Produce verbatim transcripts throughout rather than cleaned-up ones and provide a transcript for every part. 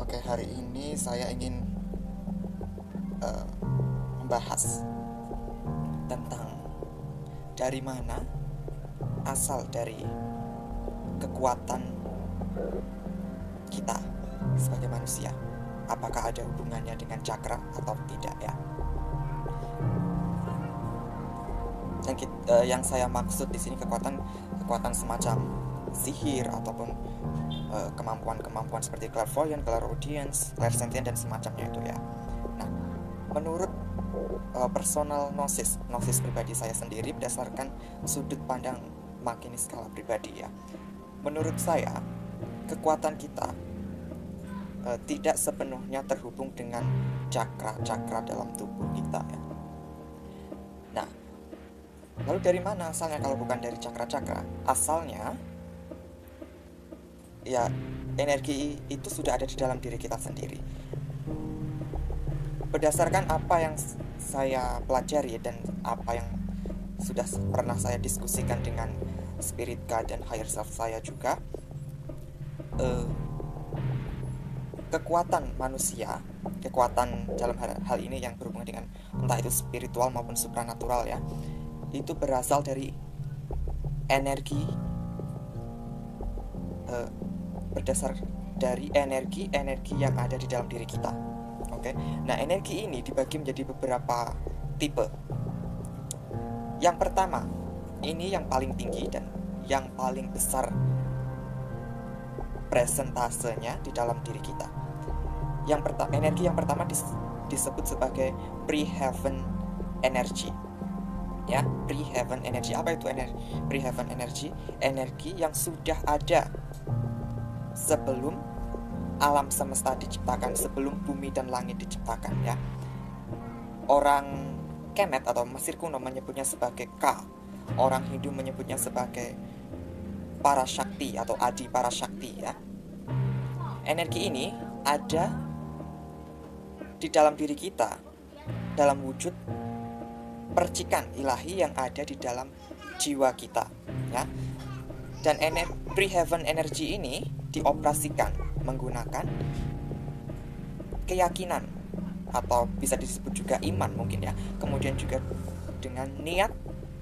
Oke, hari ini saya ingin uh, membahas tentang dari mana asal dari kekuatan kita sebagai manusia. Apakah ada hubungannya dengan cakra atau tidak ya? Dan kita, uh, yang saya maksud di sini kekuatan kekuatan semacam sihir ataupun uh, kemampuan-kemampuan seperti clairvoyance, clairaudience, clairsentient dan semacamnya itu ya. Nah, menurut uh, personal gnosis, gnosis pribadi saya sendiri berdasarkan sudut pandang makinis skala pribadi ya. Menurut saya, kekuatan kita uh, tidak sepenuhnya terhubung dengan cakra-cakra dalam tubuh kita ya. Nah, lalu dari mana asalnya kalau bukan dari cakra-cakra? Asalnya ya, energi itu sudah ada di dalam diri kita sendiri. Berdasarkan apa yang saya pelajari dan apa yang sudah pernah saya diskusikan dengan spirit guide dan higher self saya juga, eh, kekuatan manusia, kekuatan dalam hal, hal ini yang berhubungan dengan entah itu spiritual maupun supranatural ya, itu berasal dari energi eh, berdasar dari energi-energi yang ada di dalam diri kita. Oke. Nah, energi ini dibagi menjadi beberapa tipe. Yang pertama, ini yang paling tinggi dan yang paling besar presentasenya di dalam diri kita. Yang pertama, energi yang pertama dis, disebut sebagai pre-heaven energy. Ya, pre-heaven energy. Apa itu energi? Pre-heaven energy, energi yang sudah ada sebelum alam semesta diciptakan, sebelum bumi dan langit diciptakan ya. Orang Kemet atau Mesir kuno menyebutnya sebagai Ka. Orang Hindu menyebutnya sebagai para Shakti atau Adi para Shakti ya. Energi ini ada di dalam diri kita dalam wujud percikan ilahi yang ada di dalam jiwa kita ya. Dan ener- pre-heaven energy ini dioperasikan menggunakan keyakinan atau bisa disebut juga iman mungkin ya. Kemudian juga dengan niat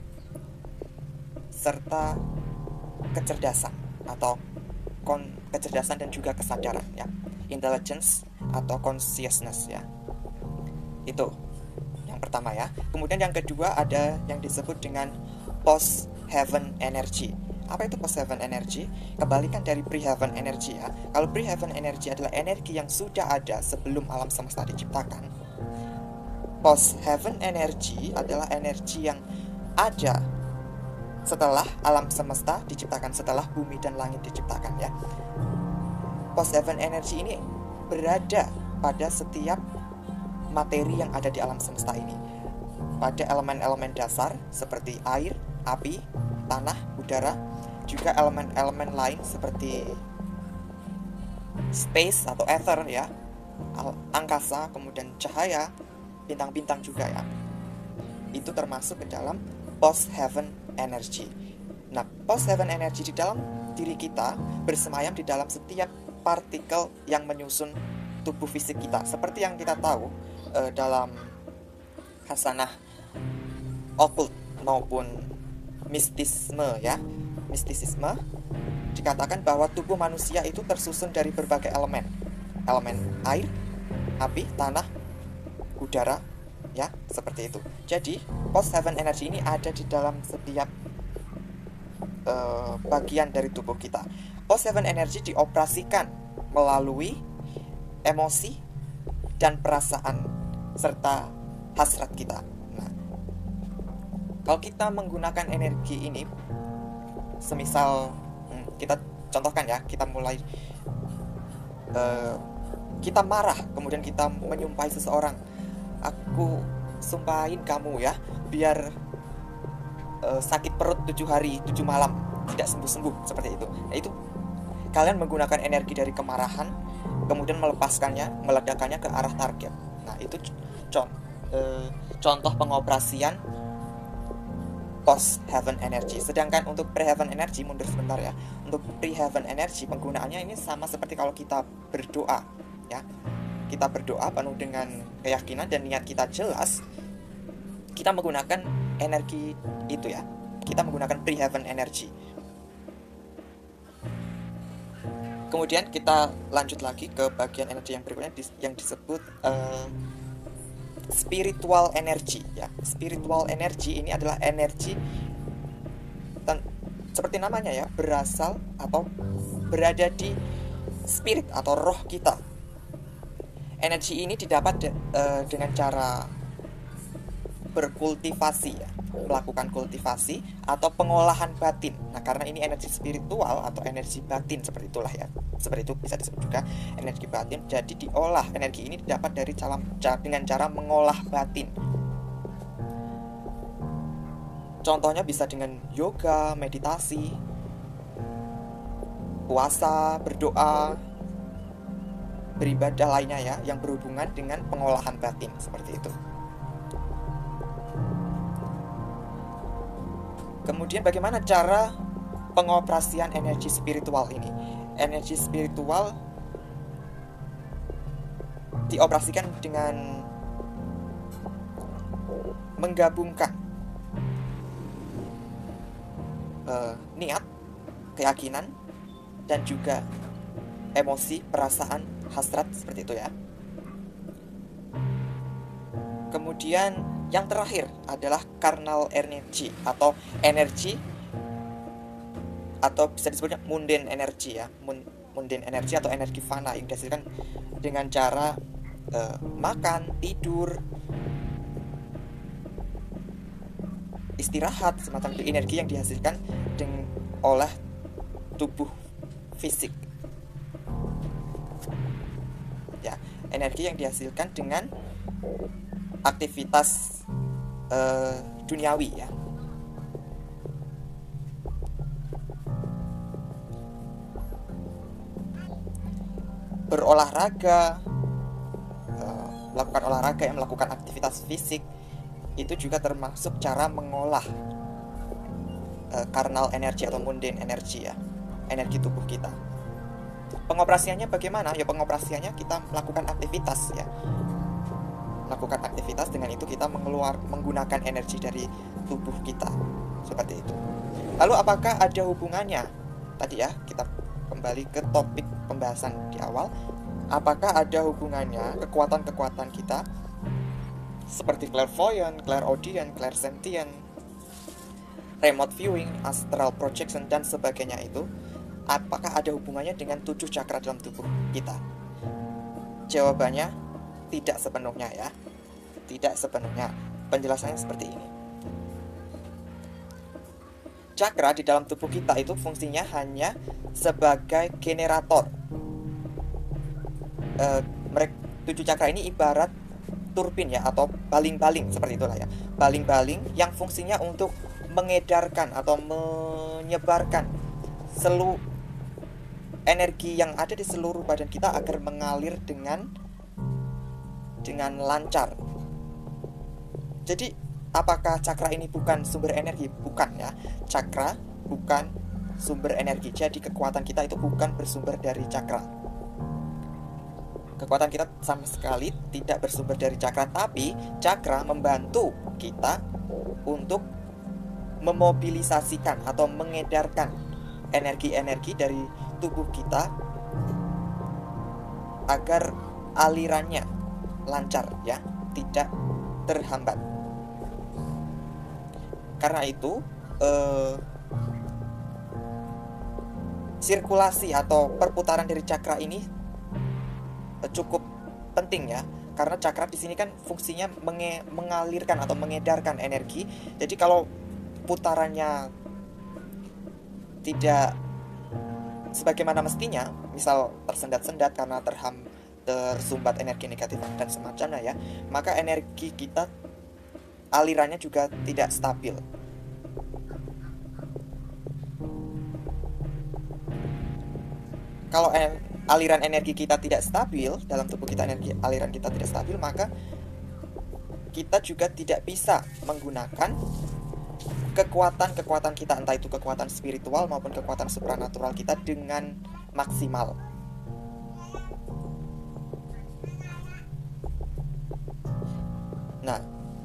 serta kecerdasan atau kon- kecerdasan dan juga kesadaran ya. Intelligence atau consciousness ya. Itu yang pertama ya. Kemudian yang kedua ada yang disebut dengan post-heaven energy. Apa itu post-heaven energy? Kebalikan dari pre-heaven energy ya. Kalau pre-heaven energy adalah energi yang sudah ada sebelum alam semesta diciptakan. Post-heaven energy adalah energi yang ada setelah alam semesta diciptakan, setelah bumi dan langit diciptakan ya. Post-heaven energy ini berada pada setiap materi yang ada di alam semesta ini. Pada elemen-elemen dasar seperti air, api, tanah, udara, juga elemen-elemen lain seperti space atau ether ya, angkasa, kemudian cahaya, bintang-bintang juga ya. Itu termasuk ke dalam post-heaven energy. Nah, post-heaven energy di dalam diri kita bersemayam di dalam setiap partikel yang menyusun tubuh fisik kita. Seperti yang kita tahu eh, dalam khasanah okult maupun mistisme ya. Mistisisme dikatakan bahwa tubuh manusia itu tersusun dari berbagai elemen. Elemen air, api, tanah, udara ya, seperti itu. Jadi, post-heaven energy ini ada di dalam setiap uh, bagian dari tubuh kita. Post-heaven energy dioperasikan melalui emosi dan perasaan serta hasrat kita. Nah, kalau kita menggunakan energi ini, semisal hmm, kita contohkan ya, kita mulai uh, kita marah, kemudian kita menyumpahi seseorang, aku sumpahin kamu ya, biar uh, sakit perut tujuh hari tujuh malam tidak sembuh-sembuh, seperti itu. Nah, itu kalian menggunakan energi dari kemarahan, kemudian melepaskannya, meledakannya ke arah target. Nah, itu con- uh, contoh pengoperasian post-heaven energy. Sedangkan untuk pre-heaven energy, mundur sebentar ya. Untuk pre-heaven energy, penggunaannya ini sama seperti kalau kita berdoa ya, kita berdoa penuh dengan keyakinan dan niat kita jelas, kita menggunakan energi itu ya, kita menggunakan pre-heaven energy. Kemudian kita lanjut lagi ke bagian energi yang berikutnya yang disebut uh, spiritual energy ya. Spiritual energy ini adalah energi dan seperti namanya ya, berasal atau berada di spirit atau roh kita. Energi ini didapat de, uh, dengan cara berkultivasi ya, melakukan kultivasi atau pengolahan batin. Nah, karena ini energi spiritual atau energi batin seperti itulah ya. Seperti itu bisa disebut juga energi batin. Jadi diolah, energi ini didapat dari cara, dengan cara mengolah batin. Contohnya bisa dengan yoga, meditasi, puasa, berdoa, beribadah lainnya ya, yang berhubungan dengan pengolahan batin seperti itu. Kemudian bagaimana cara pengoperasian energi spiritual ini? Energi spiritual dioperasikan dengan menggabungkan uh, niat, keyakinan, dan juga emosi, perasaan, hasrat seperti itu ya. Kemudian yang terakhir adalah carnal energy atau energi atau bisa disebutnya mundane energy ya, mundane energy atau energi fana yang dihasilkan dengan cara uh, makan, tidur, istirahat, semacam itu, energi yang dihasilkan dengan oleh tubuh fisik ya, energi yang dihasilkan dengan aktivitas uh, duniawi ya. Berolahraga, uh, melakukan olahraga yang melakukan aktivitas fisik itu juga termasuk cara mengolah uh, carnal energy atau mundane energy ya, energi tubuh kita. Pengoperasiannya bagaimana? Ya pengoperasiannya kita melakukan aktivitas ya. Melakukan aktivitas, dengan itu kita mengeluar, menggunakan energi dari tubuh kita seperti itu. Lalu apakah ada hubungannya? Tadi ya, kita kembali ke topik pembahasan di awal. Apakah ada hubungannya kekuatan-kekuatan kita seperti clairvoyant, clairaudient, clairsentient, remote viewing, astral projection, dan sebagainya itu, apakah ada hubungannya dengan tujuh cakra dalam tubuh kita? Jawabannya tidak sepenuhnya ya. Tidak sepenuhnya. Penjelasannya seperti ini. Cakra di dalam tubuh kita itu fungsinya hanya sebagai generator. E, mereka, tujuh cakra ini ibarat turbin ya, atau baling-baling seperti itulah ya. Baling-baling yang fungsinya untuk mengedarkan atau menyebarkan seluruh energi yang ada di seluruh badan kita agar mengalir dengan dengan lancar. Jadi apakah cakra ini bukan sumber energi? Bukan ya. Cakra bukan sumber energi. Jadi kekuatan kita itu bukan bersumber dari cakra. Kekuatan kita sama sekali tidak bersumber dari cakra, tapi cakra membantu kita untuk memobilisasikan atau mengedarkan energi-energi dari tubuh kita agar alirannya lancar ya, tidak terhambat. Karena itu eh, sirkulasi atau perputaran dari cakra ini eh, cukup penting ya, karena cakra di sini kan fungsinya menge mengalirkan atau mengedarkan energi. Jadi kalau putarannya tidak sebagaimana mestinya, misal tersendat-sendat karena terham tersumbat energi negatif dan semacamnya ya, maka energi kita alirannya juga tidak stabil. Kalau eh, aliran energi kita tidak stabil dalam tubuh kita, energi aliran kita tidak stabil, maka kita juga tidak bisa menggunakan kekuatan-kekuatan kita, entah itu kekuatan spiritual maupun kekuatan supranatural kita dengan maksimal. Nah,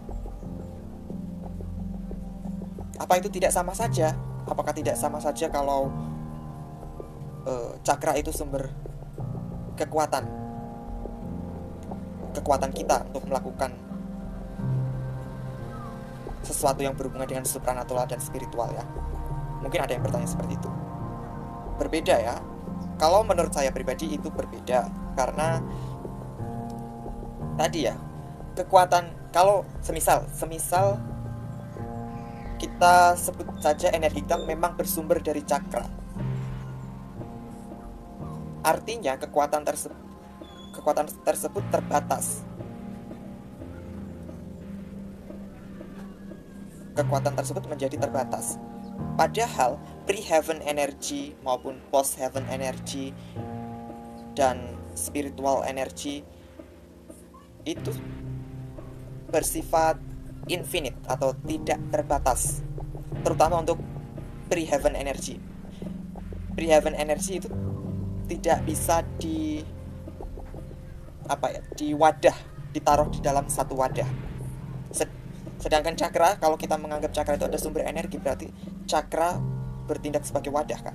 apa itu tidak sama saja? Apakah tidak sama saja kalau uh, cakra itu sumber kekuatan kekuatan kita untuk melakukan sesuatu yang berhubungan dengan supranatural dan spiritual ya? Mungkin ada yang bertanya seperti itu. Berbeda ya. Kalau menurut saya pribadi itu berbeda, karena tadi ya, kekuatan, kalau semisal semisal kita sebut saja energi kita memang bersumber dari cakra, artinya kekuatan tersebut kekuatan tersebut terbatas. Kekuatan tersebut menjadi terbatas. Padahal pre-heaven energy maupun post-heaven energy dan spiritual energy itu bersifat infinite atau tidak terbatas, terutama untuk pre-heaven energy. Pre-heaven energy itu tidak bisa di apa ya, di wadah, ditaruh di dalam satu wadah. Sedangkan cakra, kalau kita menganggap cakra itu ada sumber energi, berarti cakra bertindak sebagai wadah kan.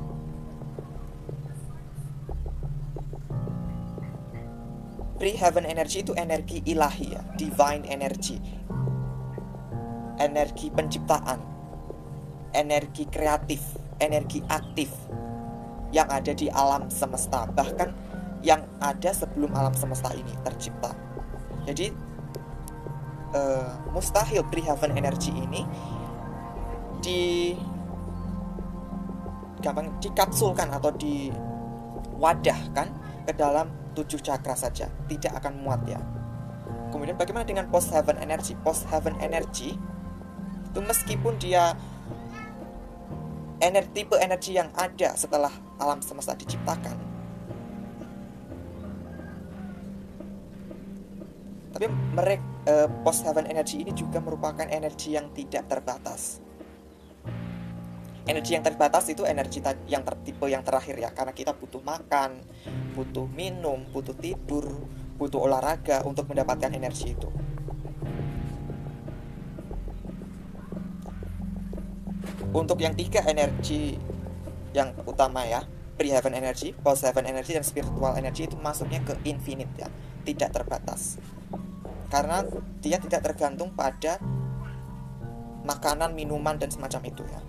Pre-heaven energy itu energi ilahi ya, divine energy, energi penciptaan, energi kreatif, energi aktif yang ada di alam semesta, bahkan yang ada sebelum alam semesta ini tercipta. Jadi Uh, mustahil pre-heaven energy ini di gampang dikapsulkan atau diwadahkan ke dalam tujuh cakra saja, tidak akan muat ya. Kemudian bagaimana dengan post-heaven energy? Post-heaven energy itu meskipun dia energi, tipe energi yang ada setelah alam semesta diciptakan, tapi mereka uh, post heaven energy ini juga merupakan energi yang tidak terbatas. Energi yang terbatas itu energi yang ter, tipe yang terakhir ya, karena kita butuh makan, butuh minum, butuh tidur, butuh olahraga untuk mendapatkan energi itu. Untuk yang tiga energi yang utama ya, pre-heaven energy, post-heaven energy, dan spiritual energy itu masuknya ke infinite ya, tidak terbatas. Karena dia tidak tergantung pada makanan, minuman, dan semacam itu ya.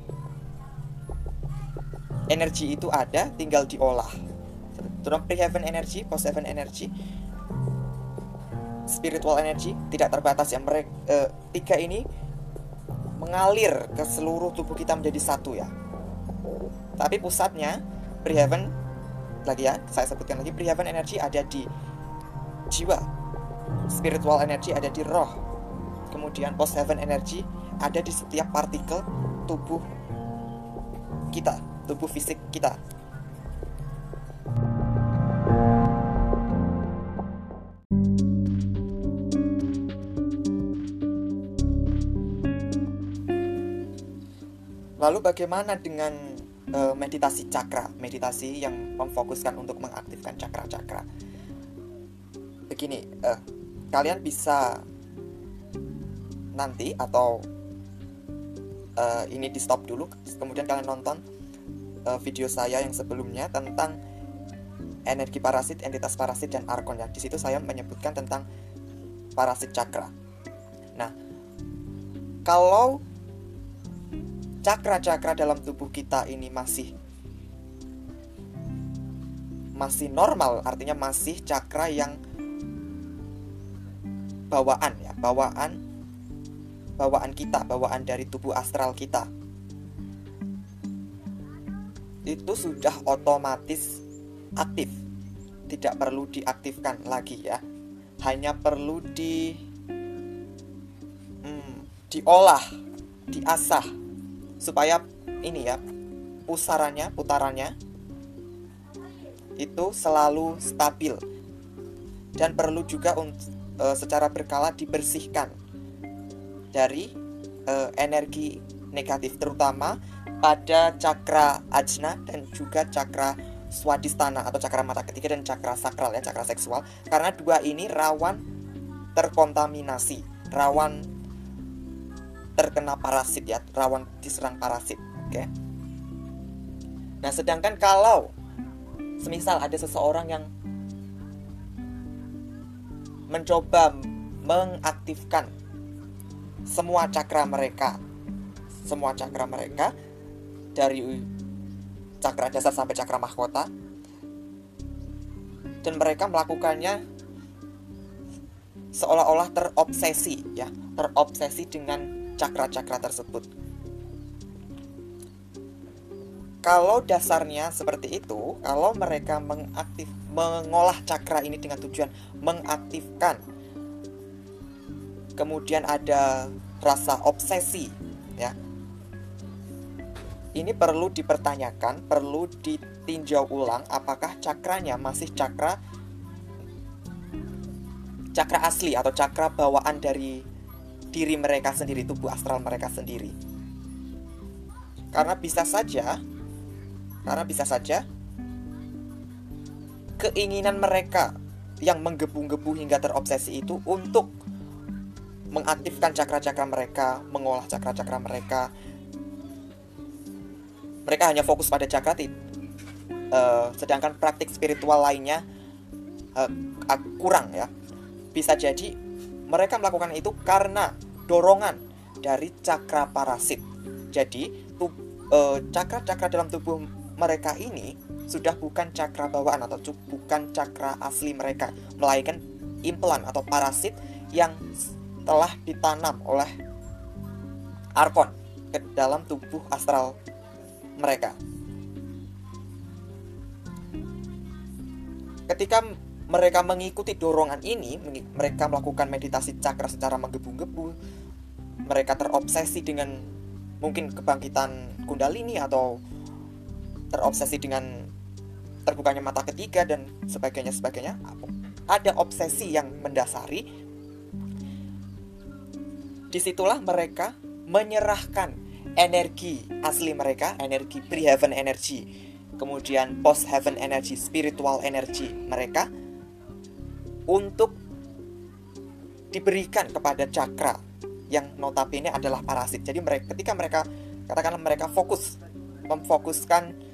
Energi itu ada, tinggal diolah. Terus pre-heaven energy, post-heaven energy, spiritual energy tidak terbatas ya. Mereka eh, tiga ini mengalir ke seluruh tubuh kita menjadi satu ya. Tapi pusatnya pre-heaven, lagi ya, saya sebutkan lagi, pre-heaven energy ada di jiwa. Spiritual energy ada di roh. Kemudian post heaven energy ada di setiap partikel tubuh kita, tubuh fisik kita. Lalu bagaimana dengan uh, meditasi cakra, meditasi yang memfokuskan untuk mengaktifkan cakra-cakra? Begini, uh, kalian bisa nanti atau uh, ini di stop dulu, kemudian kalian nonton uh, video saya yang sebelumnya tentang energi parasit, entitas parasit, dan arkon ya. Di situ saya menyebutkan tentang parasit cakra. Nah, kalau cakra-cakra dalam tubuh kita ini masih masih normal, artinya masih cakra yang bawaan ya, bawaan bawaan kita, bawaan dari tubuh astral kita, itu sudah otomatis aktif, tidak perlu diaktifkan lagi ya, hanya perlu di hmm, diolah, diasah supaya ini ya, pusarannya, putarannya itu selalu stabil, dan perlu juga untuk e, secara berkala dibersihkan dari e, energi negatif, terutama pada cakra ajna dan juga cakra swadhisthana atau cakra mata ketiga dan cakra sakral ya, cakra seksual, karena dua ini rawan terkontaminasi, rawan terkena parasit ya, rawan diserang parasit. Oke. Nah, sedangkan kalau semisal ada seseorang yang mencoba mengaktifkan semua cakra mereka, semua cakra mereka dari cakra dasar sampai cakra mahkota, dan mereka melakukannya seolah-olah terobsesi ya, terobsesi dengan cakra-cakra tersebut. Kalau dasarnya seperti itu, kalau mereka mengaktif, mengolah cakra ini dengan tujuan mengaktifkan, kemudian ada rasa obsesi, ya, ini perlu dipertanyakan, perlu ditinjau ulang apakah cakranya masih cakra cakra asli atau cakra bawaan dari diri mereka sendiri, tubuh astral mereka sendiri. Karena bisa saja Karena bisa saja keinginan mereka yang menggebu-gebu hingga terobsesi itu untuk mengaktifkan cakra-cakra mereka, mengolah cakra-cakra mereka. Mereka hanya fokus pada cakra, uh, sedangkan praktik spiritual lainnya uh, kurang ya. Bisa jadi mereka melakukan itu karena dorongan dari cakra parasit. Jadi tu, uh, cakra-cakra dalam tubuh mereka ini sudah bukan cakra bawaan atau bukan cakra asli mereka, melainkan implan atau parasit yang telah ditanam oleh arkon ke dalam tubuh astral mereka. Ketika mereka mengikuti dorongan ini, mereka melakukan meditasi cakra secara menggebu-gebu, mereka terobsesi dengan mungkin kebangkitan kundalini atau terobsesi dengan terbukanya mata ketiga dan sebagainya sebagainya. Ada obsesi yang mendasari. Disitulah mereka menyerahkan energi asli mereka, energi pre-heaven energy, kemudian post-heaven energy, spiritual energy mereka untuk diberikan kepada cakra yang notabene adalah parasit. Jadi mereka, ketika mereka katakanlah mereka fokus memfokuskan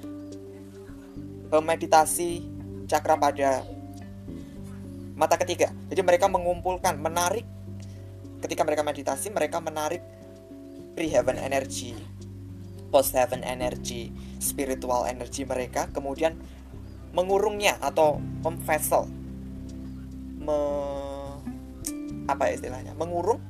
meditasi cakra pada mata ketiga. Jadi mereka mengumpulkan, menarik, ketika mereka meditasi, mereka menarik pre-heaven energy, post-heaven energy, spiritual energy mereka, kemudian mengurungnya atau memvessel, me, apa ya istilahnya, mengurung,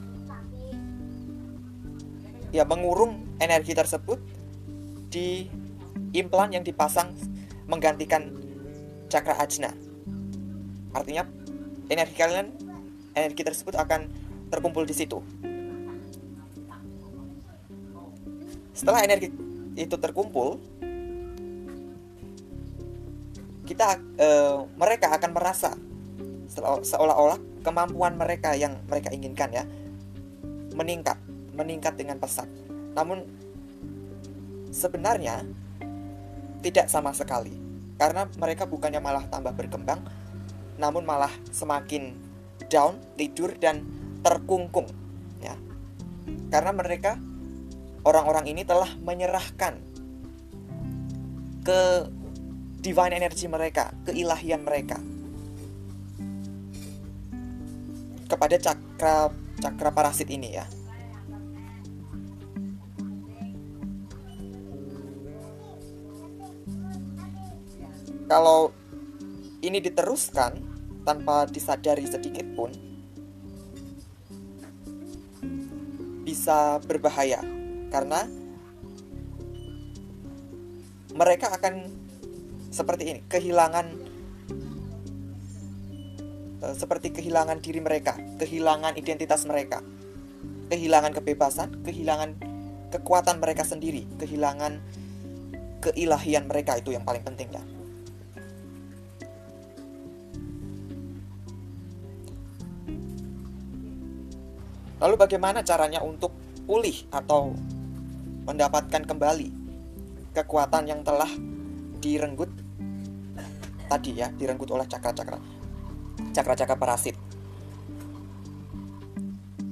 ya mengurung energi tersebut di implan yang dipasang menggantikan cakra ajna. Artinya energi kalian, energi tersebut akan terkumpul di situ. Setelah energi itu terkumpul, kita uh, mereka akan merasa seolah-olah kemampuan mereka yang mereka inginkan ya meningkat, meningkat dengan pesat. Namun sebenarnya tidak sama sekali, karena mereka bukannya malah tambah berkembang, namun malah semakin down, tidur dan terkungkung ya. Karena mereka, orang-orang ini telah menyerahkan ke divine energy mereka, keilahian mereka kepada cakra cakra parasit ini ya. Kalau ini diteruskan tanpa disadari sedikit pun, bisa berbahaya, karena mereka akan seperti ini, kehilangan seperti kehilangan diri mereka, kehilangan identitas mereka, kehilangan kebebasan, kehilangan kekuatan mereka sendiri, kehilangan keilahian mereka. Itu yang paling penting ya. Lalu bagaimana caranya untuk pulih atau mendapatkan kembali kekuatan yang telah direnggut tadi ya, direnggut oleh cakra-cakra cakra-cakra parasit?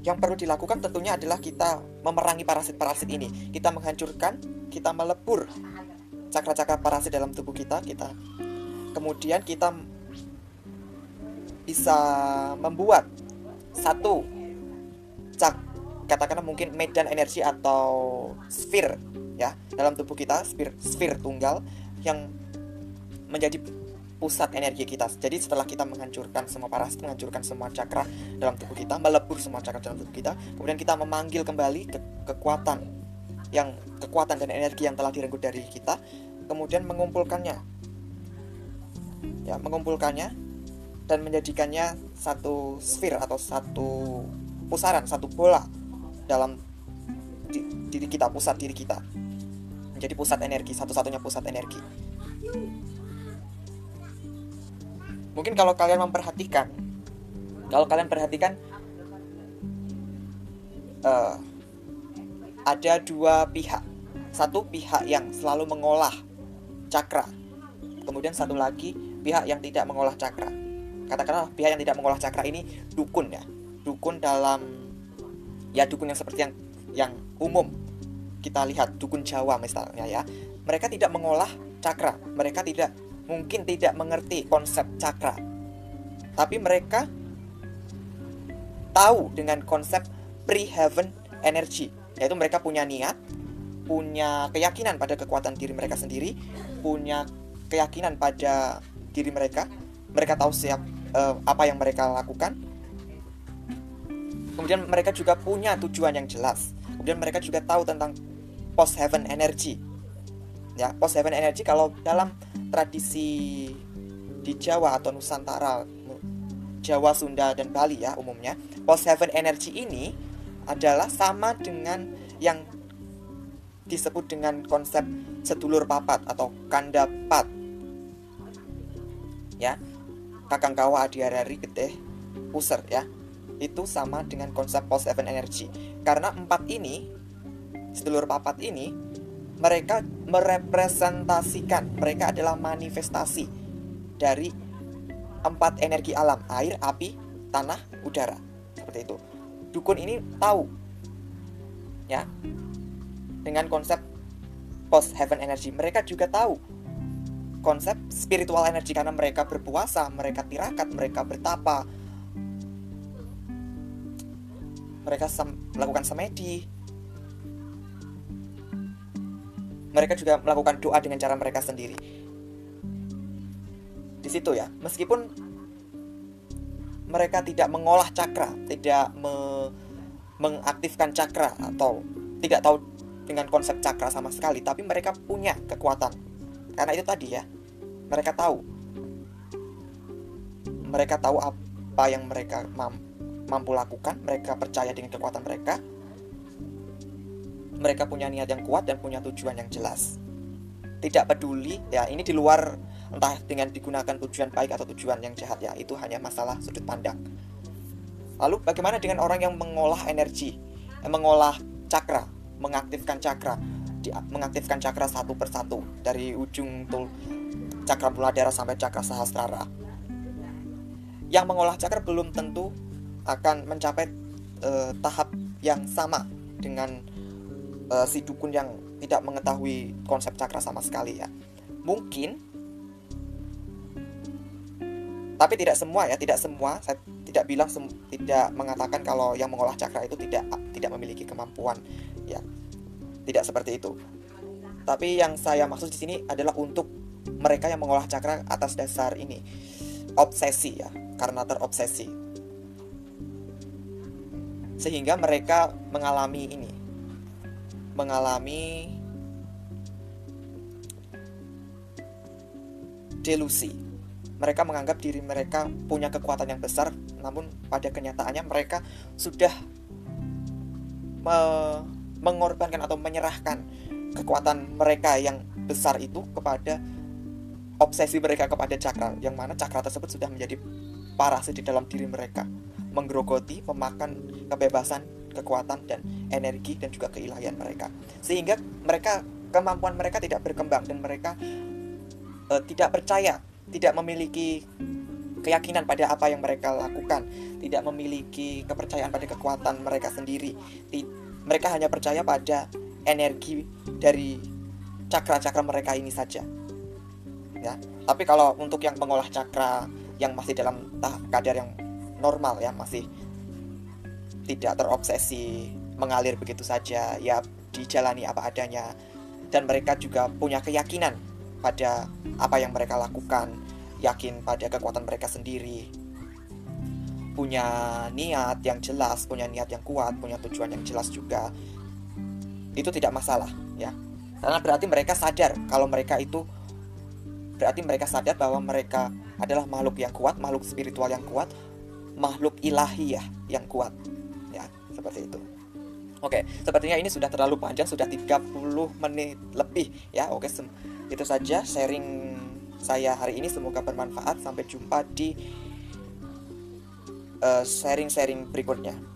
Yang perlu dilakukan tentunya adalah kita memerangi parasit-parasit ini. Kita menghancurkan, kita melebur cakra-cakra parasit dalam tubuh kita. Kita kemudian kita bisa membuat satu cak katakanlah mungkin medan energi atau sphere ya dalam tubuh kita, sphere, sphere tunggal yang menjadi pusat energi kita. Jadi setelah kita menghancurkan semua parasit, menghancurkan semua cakra dalam tubuh kita, melebur semua cakra dalam tubuh kita, kemudian kita memanggil kembali ke kekuatan yang kekuatan dan energi yang telah direnggut dari kita, kemudian mengumpulkannya, ya mengumpulkannya dan menjadikannya satu sphere atau satu pusaran, satu bola dalam diri kita, pusat diri kita, menjadi pusat energi, satu-satunya pusat energi. Mungkin kalau kalian memperhatikan, kalau kalian perhatikan uh, ada dua pihak. Satu pihak yang selalu mengolah cakra, kemudian satu lagi pihak yang tidak mengolah cakra. Katakanlah pihak yang tidak mengolah cakra ini dukun ya, dukun dalam ya dukun yang seperti yang yang umum kita lihat, dukun Jawa misalnya ya. Mereka tidak mengolah cakra, mereka tidak mungkin tidak mengerti konsep cakra, tapi mereka tahu dengan konsep pre-heaven energy, yaitu mereka punya niat, punya keyakinan pada kekuatan diri mereka sendiri, punya keyakinan pada diri mereka, mereka tahu siap eh, apa yang mereka lakukan. Kemudian mereka juga punya tujuan yang jelas. Kemudian mereka juga tahu tentang post-heaven energy. Ya, post-heaven energy kalau dalam tradisi di Jawa atau Nusantara, Jawa, Sunda, dan Bali ya umumnya, post-heaven energy ini adalah sama dengan yang disebut dengan konsep sedulur papat atau kanda pat. Ya, kakang kawa adiarari getih puser ya. Itu sama dengan konsep post-heaven energy. Karena empat ini, sedulur papat ini, mereka merepresentasikan, mereka adalah manifestasi dari empat energi alam, air, api, tanah, udara. Seperti itu. Dukun ini tahu ya dengan konsep post heaven energy. Mereka juga tahu konsep spiritual energy karena mereka berpuasa, mereka tirakat, mereka bertapa, mereka sem- melakukan semedi. Mereka juga melakukan doa dengan cara mereka sendiri. Di situ ya, meskipun mereka tidak mengolah cakra, tidak me- mengaktifkan cakra atau tidak tahu dengan konsep cakra sama sekali, tapi mereka punya kekuatan. Karena itu tadi ya, mereka tahu. Mereka tahu apa yang mereka mam- mampu lakukan, mereka percaya dengan kekuatan mereka. Mereka punya niat yang kuat dan punya tujuan yang jelas. Tidak peduli ya, ini di luar entah dengan digunakan tujuan baik atau tujuan yang jahat ya, itu hanya masalah sudut pandang. Lalu bagaimana dengan orang yang mengolah energi, yang mengolah cakra, mengaktifkan cakra, di, mengaktifkan cakra satu persatu dari ujung tul cakra muladhara sampai cakra sahasrara. Yang mengolah cakra belum tentu akan mencapai eh, tahap yang sama dengan Uh, si dukun yang tidak mengetahui konsep cakra sama sekali ya. Mungkin, tapi tidak semua ya, tidak semua. Saya tidak bilang sem- tidak mengatakan kalau yang mengolah cakra itu tidak tidak memiliki kemampuan ya. Tidak seperti itu. Tapi yang saya maksud di sini adalah untuk mereka yang mengolah cakra atas dasar ini, obsesi ya, karena terobsesi. Sehingga mereka mengalami ini mengalami delusi. Mereka menganggap diri mereka punya kekuatan yang besar, namun pada kenyataannya mereka sudah me- mengorbankan atau menyerahkan kekuatan mereka yang besar itu kepada obsesi mereka kepada cakra, yang mana cakra tersebut sudah menjadi parasit di dalam diri mereka, menggerogoti, memakan kebebasan, kekuatan dan energi dan juga keilahian mereka, sehingga mereka kemampuan mereka tidak berkembang dan mereka e, tidak percaya, tidak memiliki keyakinan pada apa yang mereka lakukan, tidak memiliki kepercayaan pada kekuatan mereka sendiri. Mereka hanya percaya pada energi dari cakra-cakra mereka ini saja. Ya, tapi kalau untuk yang pengolah cakra yang masih dalam tahap kadar yang normal ya, masih tidak terobsesi mengalir begitu saja, ya dijalani apa adanya, dan mereka juga punya keyakinan pada apa yang mereka lakukan, yakin pada kekuatan mereka sendiri, punya niat yang jelas, punya niat yang kuat, punya tujuan yang jelas juga, itu tidak masalah ya, karena berarti mereka sadar kalau mereka itu berarti mereka sadar bahwa mereka adalah makhluk yang kuat, makhluk spiritual yang kuat, makhluk ilahiyah yang kuat ya, seperti itu. Oke, sepertinya ini sudah terlalu panjang, sudah tiga puluh menit lebih ya. Oke, itu saja sharing saya hari ini, semoga bermanfaat. Sampai jumpa di uh, sharing-sharing berikutnya.